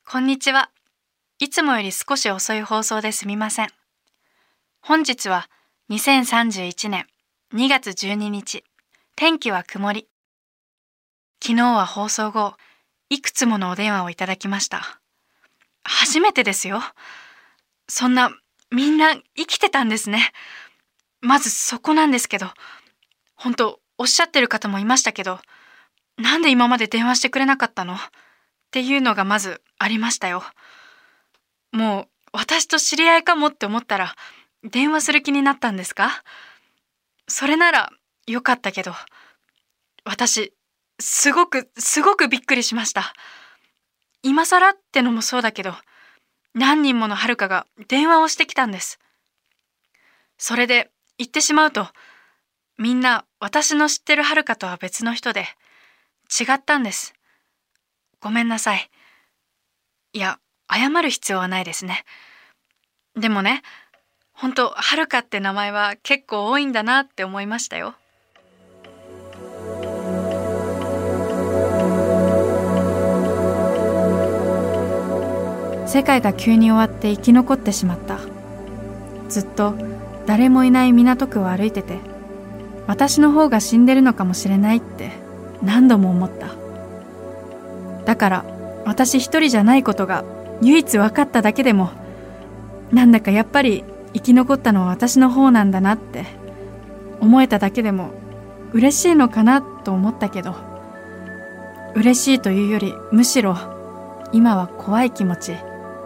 こんにちは。いつもより少し遅い放送ですみません。本日は2031年2月12日。天気は曇り。昨日は放送後、いくつものお電話をいただきました。初めてですよ。そんな、みんな生きてたんですね。まずそこなんですけど、本当おっしゃってる方もいましたけど、なんで今まで電話してくれなかったの？っていうのがまずありましたよ。もう私と知り合いかもって思ったら電話する気になったんですか？それならよかったけど、私すごくびっくりしました。今更ってのもそうだけど、何人ものはるかが電話をしてきたんです。それで言ってしまうと、みんな私の知ってるはるかとは別の人で違ったんです。ごめんなさい。いや、謝る必要はないですね。でもね、本当はるかって名前は結構多いんだなって思いましたよ。世界が急に終わって生き残ってしまった。ずっと誰もいない港区を歩いてて、私の方が死んでるのかもしれないって何度も思った。だから私一人じゃないことが唯一分かっただけでも、なんだかやっぱり生き残ったのは私の方なんだなって思えただけでも嬉しいのかなと思ったけど、嬉しいというよりむしろ今は怖い気持ち。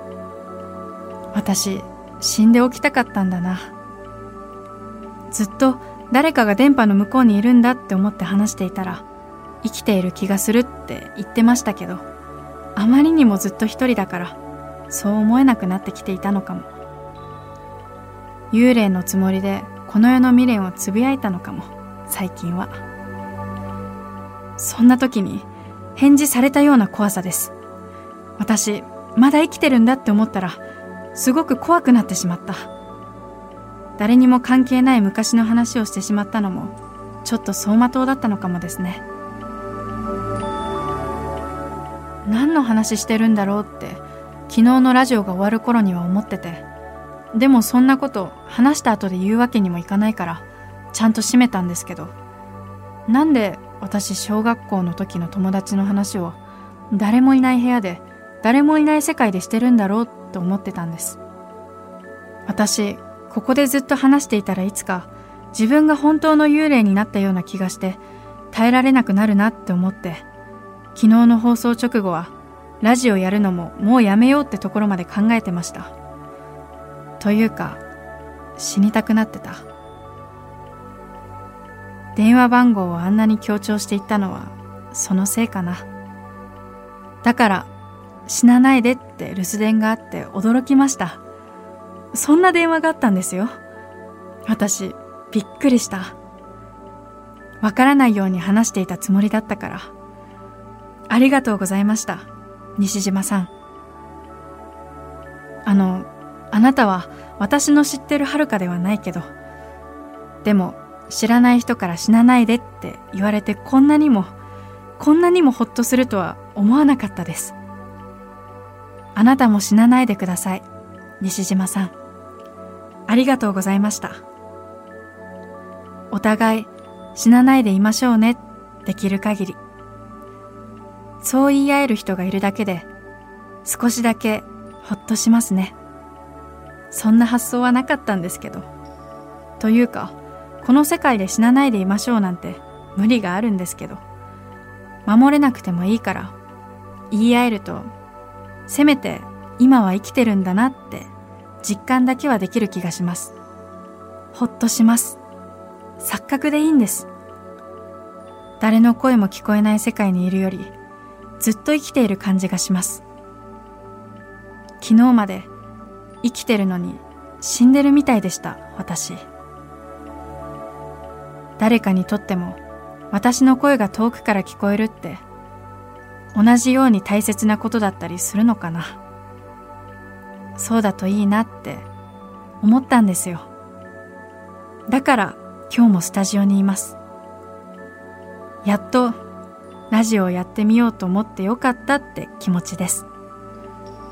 私死んでおきたかったんだな。ずっと誰かが電波の向こうにいるんだって思って話していたら、生きている気がするって言ってましたけど、あまりにもずっと一人だからそう思えなくなってきていたのかも。幽霊のつもりでこの世の未練をつぶやいたのかも、最近は。そんな時に返事されたような怖さです。私まだ生きてるんだって思ったらすごく怖くなってしまった。誰にも関係ない昔の話をしてしまったのもちょっと走馬灯だったのかもですね。何の話してるんだろうって昨日のラジオが終わる頃には思ってて、でもそんなこと話した後で言うわけにもいかないからちゃんと閉めたんですけど、なんで私小学校の時の友達の話を誰もいない部屋で誰もいない世界でしてるんだろうと思ってたんです。私ここでずっと話していたらいつか自分が本当の幽霊になったような気がして耐えられなくなるなって思って、昨日の放送直後はラジオやるのももうやめようってところまで考えてました。というか死にたくなってた。電話番号をあんなに強調して言ったのはそのせいかな。だから死なないでって留守電があって驚きました。そんな電話があったんですよ。私びっくりした。わからないように話していたつもりだったから。ありがとうございました、西島さん。あなたは私の知ってるはるかではないけど、でも知らない人から死なないでって言われてこんなにもほっとするとは思わなかったです。あなたも死なないでください、西島さん。ありがとうございました。お互い死なないでいましょうね、できる限り。そう言い合える人がいるだけで少しだけほっとしますね。そんな発想はなかったんですけど。というかこの世界で死なないでいましょうなんて無理があるんですけど、守れなくてもいいから言い合えると、せめて今は生きてるんだなって実感だけはできる気がします。ほっとします。錯覚でいいんです。誰の声も聞こえない世界にいるよりずっと生きている感じがします。昨日まで生きてるのに死んでるみたいでした、私。誰かにとっても私の声が遠くから聞こえるって同じように大切なことだったりするのかな。そうだといいなって思ったんですよ。だから今日もスタジオにいます。やっとラジオをやってみようと思ってよかったって気持ちです。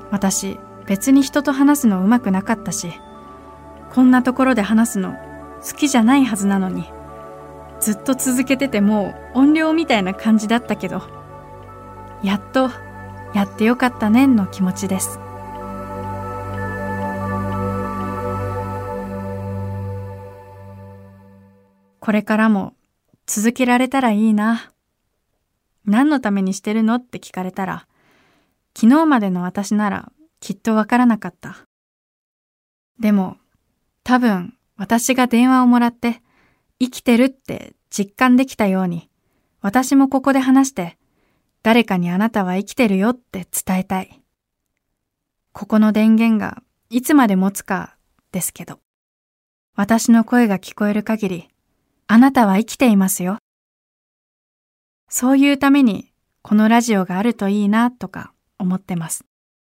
私、別に人と話すのうまくなかったし、こんなところで話すの好きじゃないはずなのに、ずっと続けててもう音量みたいな感じだったけど、やっとやってよかったねんの気持ちです。これからも続けられたらいいな。何のためにしてるのって聞かれたら、昨日までの私ならきっとわからなかった。でも多分私が電話をもらって生きてるって実感できたように、私もここで話して誰かにあなたは生きてるよって伝えたい。ここの電源がいつまで持つかですけど、私の声が聞こえる限りあなたは生きていますよ。そういうためにこのラジオがあるといいなとか思ってます。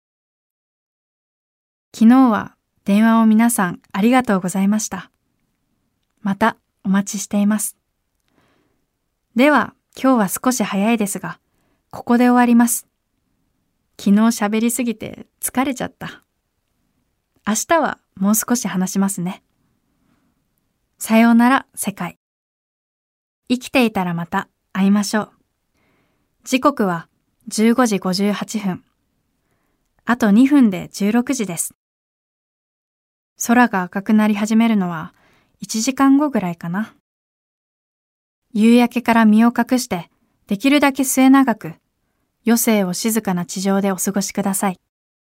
昨日は電話を皆さんありがとうございました。またお待ちしています。では今日は少し早いですが、ここで終わります。昨日喋りすぎて疲れちゃった。明日はもう少し話しますね。さようなら世界。生きていたらまた会いましょう。時刻は15時58分。あと2分で16時です。空が赤くなり始めるのは1時間後ぐらいかな。夕焼けから身を隠してできるだけ末永く余生を静かな地上でお過ごしください。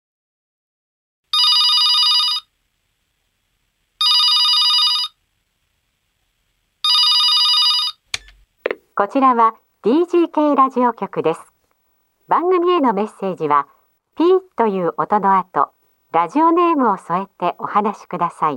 こちらは DGK ラジオ局です。番組へのメッセージはピーという音の後、ラジオネームを添えてお話しください。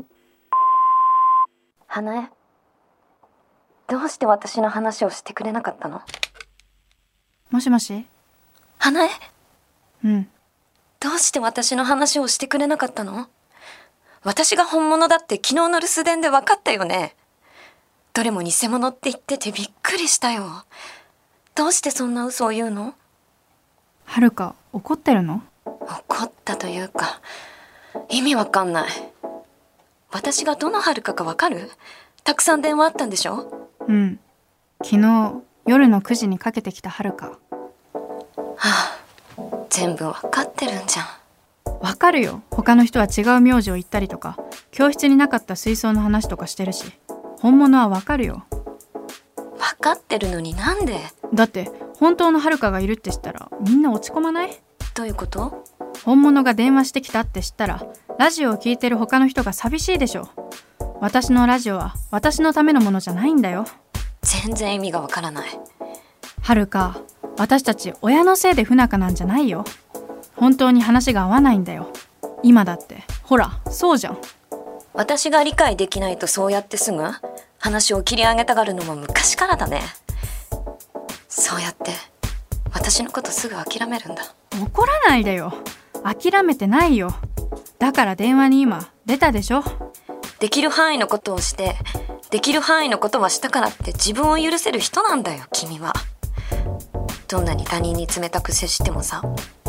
花江、どうして私の話をしてくれなかったの？ もしもし？ 花江、 うん。 どうして私の話をしてくれなかったの？私が本物だって昨日の留守電で分かったよね。どれも偽物って言っててびっくりしたよ。どうしてそんな嘘を言うの？ はるか、怒ってるの？ 怒ったというか、意味わかんない。私がどのはるかかわかる？たくさん電話あったんでしょ？ うん。昨日夜の9時にかけてきたはるか。 はあ、全部わかってるんじゃん。 わかるよ。他の人は違う名字を言ったりとか、教室になかった水槽の話とかしてるし、本物はわかるよ。 わかってるのになんで？ だって本当のはるかがいるって知ったらみんな落ち込まない？ どういうこと？ 本物が電話してきたって知ったらラジオを聞いてる他の人が寂しいでしょ。私のラジオは私のためのものじゃないんだよ。 全然意味がわからない。 はるか、私たち親のせいで不仲なんじゃないよ。本当に話が合わないんだよ。今だってほらそうじゃん。 私が理解できないとそうやってすぐ話を切り上げたがるのも昔からだね。そうやって私のことすぐ諦めるんだ。 怒らないでよ。諦めてないよ。だから電話に今出たでしょ。 できる範囲のことをして、できる範囲のことはしたからって自分を許せる人なんだよ、君は。どんなに他人に冷たく接してもさ、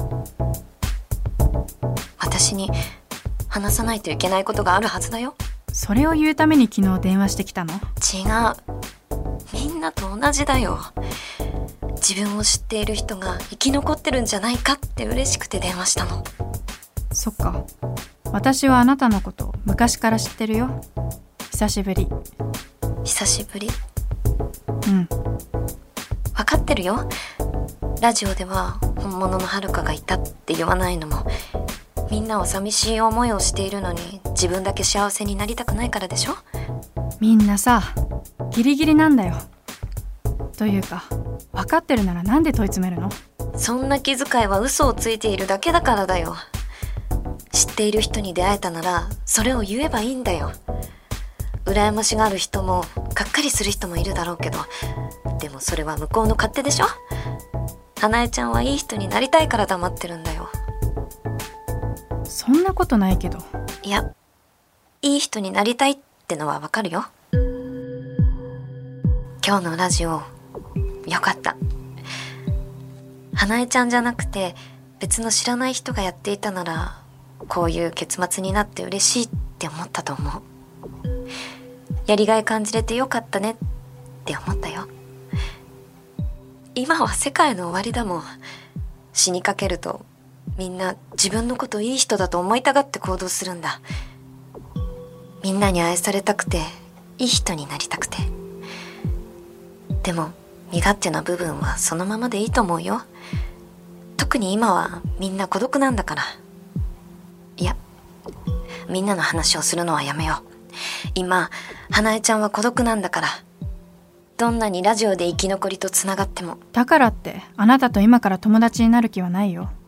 私に話さないといけないことがあるはずだよ。 それを言うために昨日電話してきたの？ 違う。みんなと同じだよ。自分を知っている人が生き残ってるんじゃないかって嬉しくて電話したの。 そっか。私はあなたのこと昔から知ってるよ。久しぶり。 久しぶり？ うん。 分かってるよ。ラジオでは本物のはるかがいたって言わないのも、みんなは寂しい思いをしているのに自分だけ幸せになりたくないからでしょ。 みんなさ、ギリギリなんだよ。というか、分かってるならなんで問い詰めるの？ そんな気遣いは嘘をついているだけだからだよ。知っている人に出会えたならそれを言えばいいんだよ。羨ましがる人もがっかりする人もいるだろうけど、でもそれは向こうの勝手でしょ。花江ちゃんはいい人になりたいから黙ってるんだよ。 そんなことないけど。 いや、いい人になりたいってのはわかるよ。今日のラジオよかった。花江ちゃんじゃなくて別の知らない人がやっていたなら、こういう結末になって嬉しいって思ったと思う。やりがい感じれてよかったねって思ったよ。今は世界の終わりだもん。死にかけるとみんな自分のこといい人だと思いたがって行動するんだ。みんなに愛されたくて、いい人になりたくて。でも身勝手な部分はそのままでいいと思うよ。特に今はみんな孤独なんだから。いや、みんなの話をするのはやめよう。今花江ちゃんは孤独なんだから。どんなにラジオで生き残りとつながっても。 だからってあなたと今から友達になる気はないよ。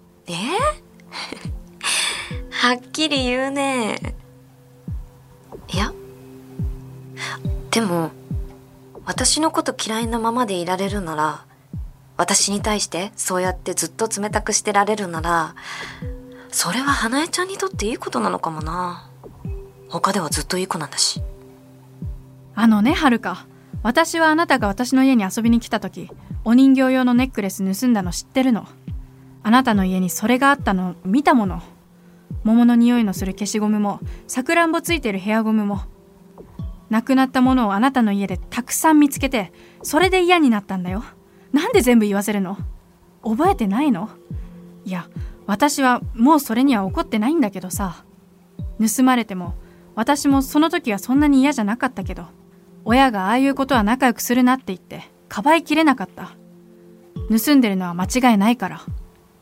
はっきり言うね。いや、でも私のこと嫌いなままでいられるなら、私に対してそうやってずっと冷たくしてられるなら、それは花江ちゃんにとっていいことなのかもな。他ではずっといい子なんだし。 はるか、私はあなたが私の家に遊びに来た時、お人形用のネックレス盗んだの知ってるの。あなたの家にそれがあったの見たもの。桃の匂いのする消しゴムも、さくらんぼついてるヘアゴムも。なくなったものをあなたの家でたくさん見つけて、それで嫌になったんだよ。なんで全部言わせるの？覚えてないの？いや、私はもうそれには怒ってないんだけどさ。盗まれても私もその時はそんなに嫌じゃなかったけど、親がああいうことは仲良くするなって言ってかばいきれなかった。盗んでるのは間違いないから。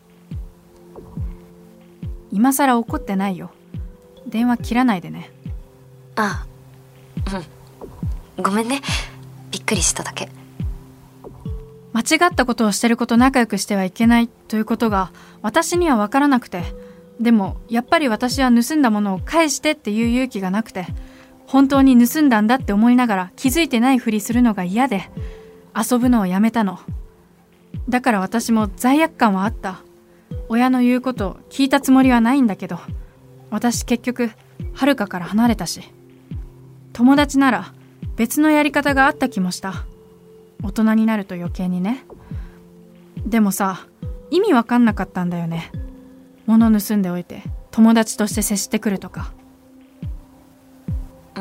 今さら怒ってないよ。電話切らないでね。 ああ、うん、ごめんね。びっくりしただけ。 間違ったことをしてる子と仲良くしてはいけないということが私には分からなくて、でもやっぱり私は盗んだものを返してっていう勇気がなくて、本当に盗んだんだって思いながら気づいてないふりするのが嫌で遊ぶのをやめたの。だから私も罪悪感はあった。親の言うことを聞いたつもりはないんだけど、私結局はるかから離れたし、友達なら別のやり方があった気もした。大人になると余計にね。でもさ、意味わかんなかったんだよね。物盗んでおいて友達として接してくるとか。 うん。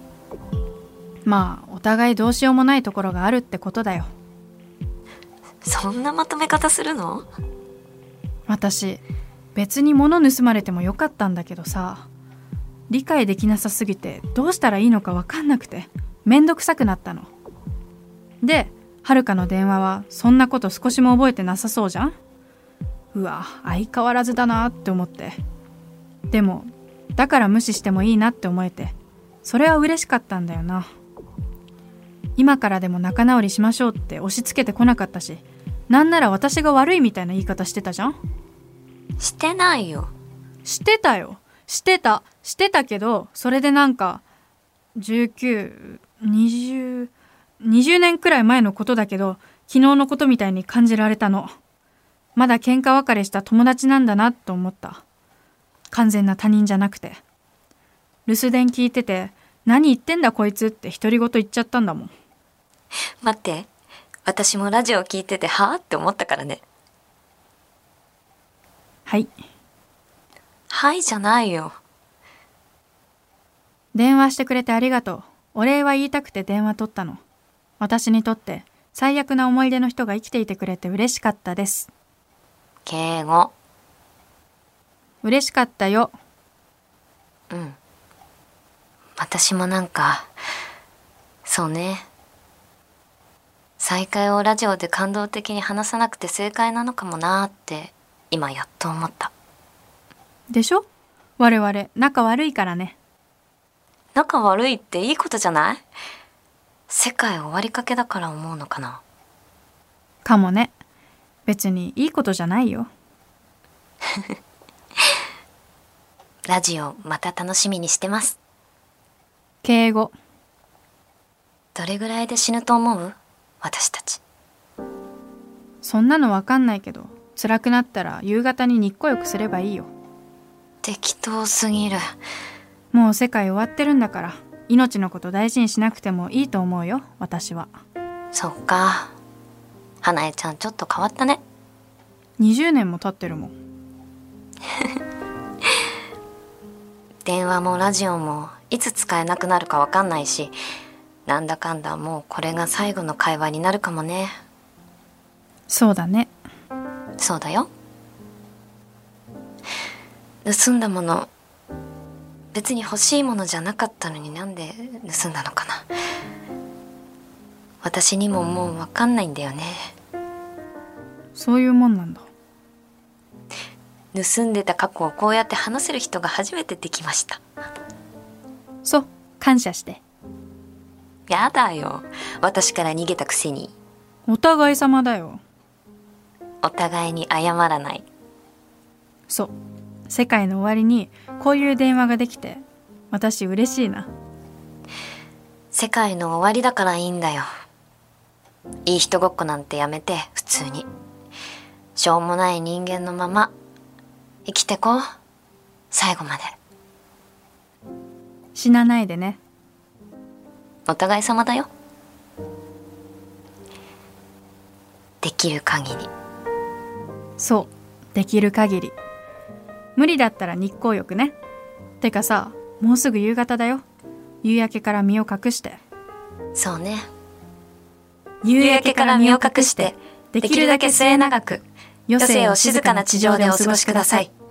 まあお互いどうしようもないところがあるってことだよ。 そんなまとめ方するの？ 私別に物盗まれてもよかったんだけどさ、理解できなさすぎてどうしたらいいのかわかんなくてめんどくさくなったの。で、はるかの電話はそんなこと少しも覚えてなさそうじゃん。うわ、相変わらずだなって思って。でもだから無視してもいいなって思えて、それは嬉しかったんだよな。今からでも仲直りしましょうって押し付けてこなかったし、なんなら私が悪いみたいな言い方してたじゃん。 してないよ。 してたよ。してたけど、それでなんか19、20年くらい前のことだけど、昨日のことみたいに感じられたの。まだ喧嘩別れした友達なんだなと思った。完全な他人じゃなくて。留守電聞いてて、何言ってんだこいつって独り言言っちゃったんだもん。 待って、私もラジオ聞いててはぁって思ったからね。 はいはいじゃないよ。 電話してくれてありがとう。お礼は言いたくて電話取ったの。私にとって最悪な思い出の人が生きていてくれて嬉しかったです。 敬語。 嬉しかったよ。 うん。私もなんか、そうね。再会をラジオで感動的に話さなくて正解なのかもなーって今やっと思った。 でしょ？我々仲悪いからね。 仲悪いっていいことじゃない？世界終わりかけだから思うのかな。 かもね。別にいいことじゃないよ。 ラジオまた楽しみにしてます。 敬語。 どれぐらいで死ぬと思う？私たち。 そんなのわかんないけど、辛くなったら夕方に日光浴すればいいよ。 適当すぎる。 もう世界終わってるんだから、命のこと大事にしなくてもいいと思うよ、私は。 そっか。花江ちゃんちょっと変わったね。 20年も経ってるもん。 電話もラジオもいつ使えなくなるかわかんないし、なんだかんだもうこれが最後の会話になるかもね。 そうだね。 そうだよ。盗んだもの、別に欲しいものじゃなかったのになんで盗んだのかな。私にももうわかんないんだよね。 そういうもんなんだ。 盗んでた過去をこうやって話せる人が初めてできました。 そう、感謝して。 やだよ、私から逃げたくせに。 お互い様だよ。 お互いに謝らない。 そう、世界の終わりにこういう電話ができて私嬉しいな。 世界の終わりだからいいんだよ。いい人ごっこなんてやめて、普通にしょうもない人間のまま生きてこう、最後まで。 死なないでね。 お互い様だよ。できる限り。 そう、できる限り。無理だったら日光浴ね。てかさ、もうすぐ夕方だよ。夕焼けから身を隠して。 そうね。 夕焼けから身を隠して、できるだけ末永く余生を静かな地上でお過ごしください。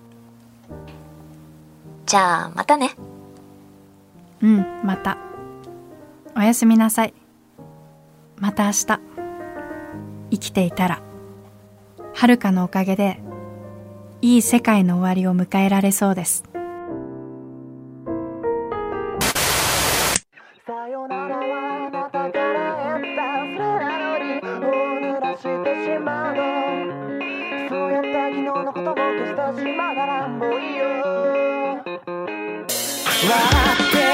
じゃあまたね。 うん、また。おやすみなさい。また明日。生きていたらはるかのおかげでいい世界の終わりを迎えられそうです。 さよならはあなたから得たそれなのにもう濡らしてしまうの。そうやって昨日のことも消したしまならもういいよ。笑って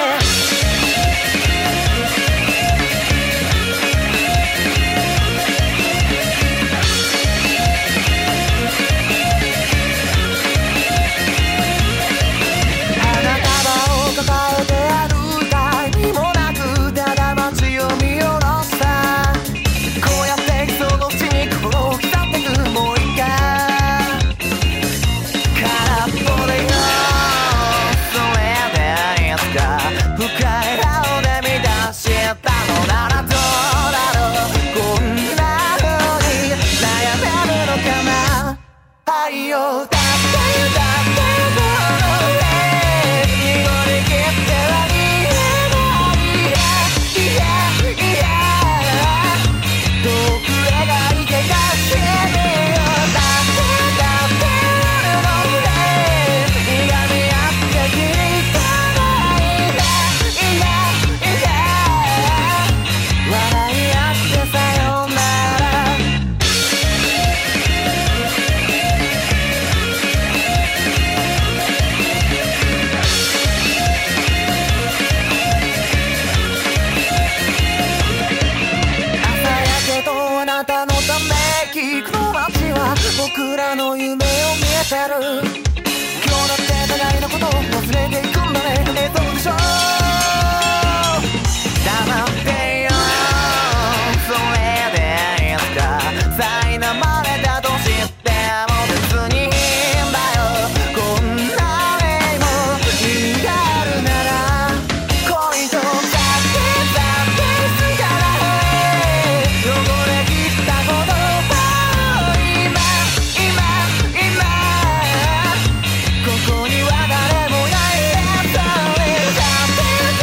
僕らの夢を見えてる。今日だって互いのことを忘れていくんだね。そうでしょ。黙ってよ、それでいつか苛まれたとしても別にいいんだよ。こんなにも意味があるなら恋とだって好きから汚れ切ったことここには誰もいない。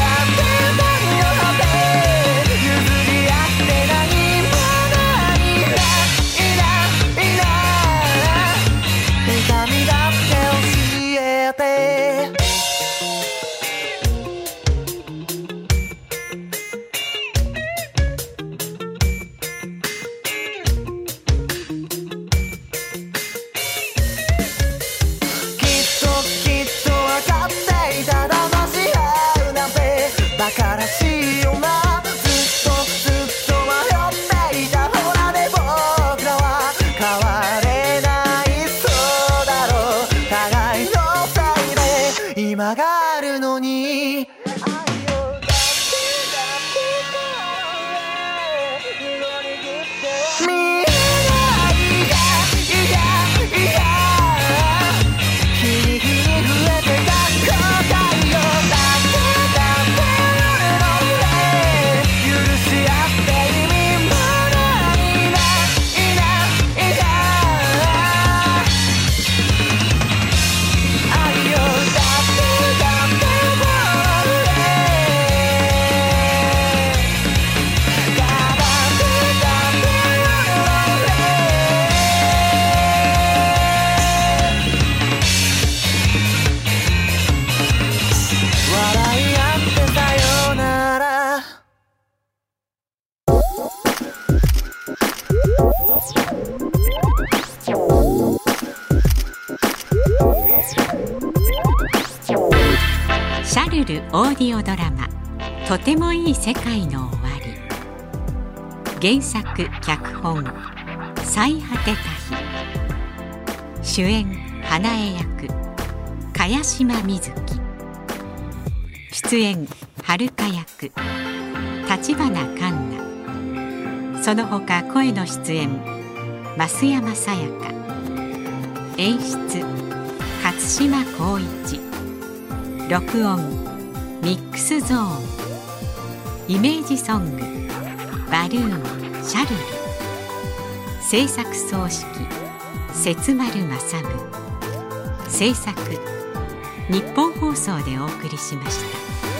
るオーディオドラマとてもいい世界の終わり。原作脚本最果てた日。主演花江役茅島みずき。出演遥役立花環奈。その他声の出演増山さやか。演出勝島光一。録音ミックスゾーン。イメージソングバルーンシャルル。制作総指揮節丸正夢。制作日本放送でお送りしました。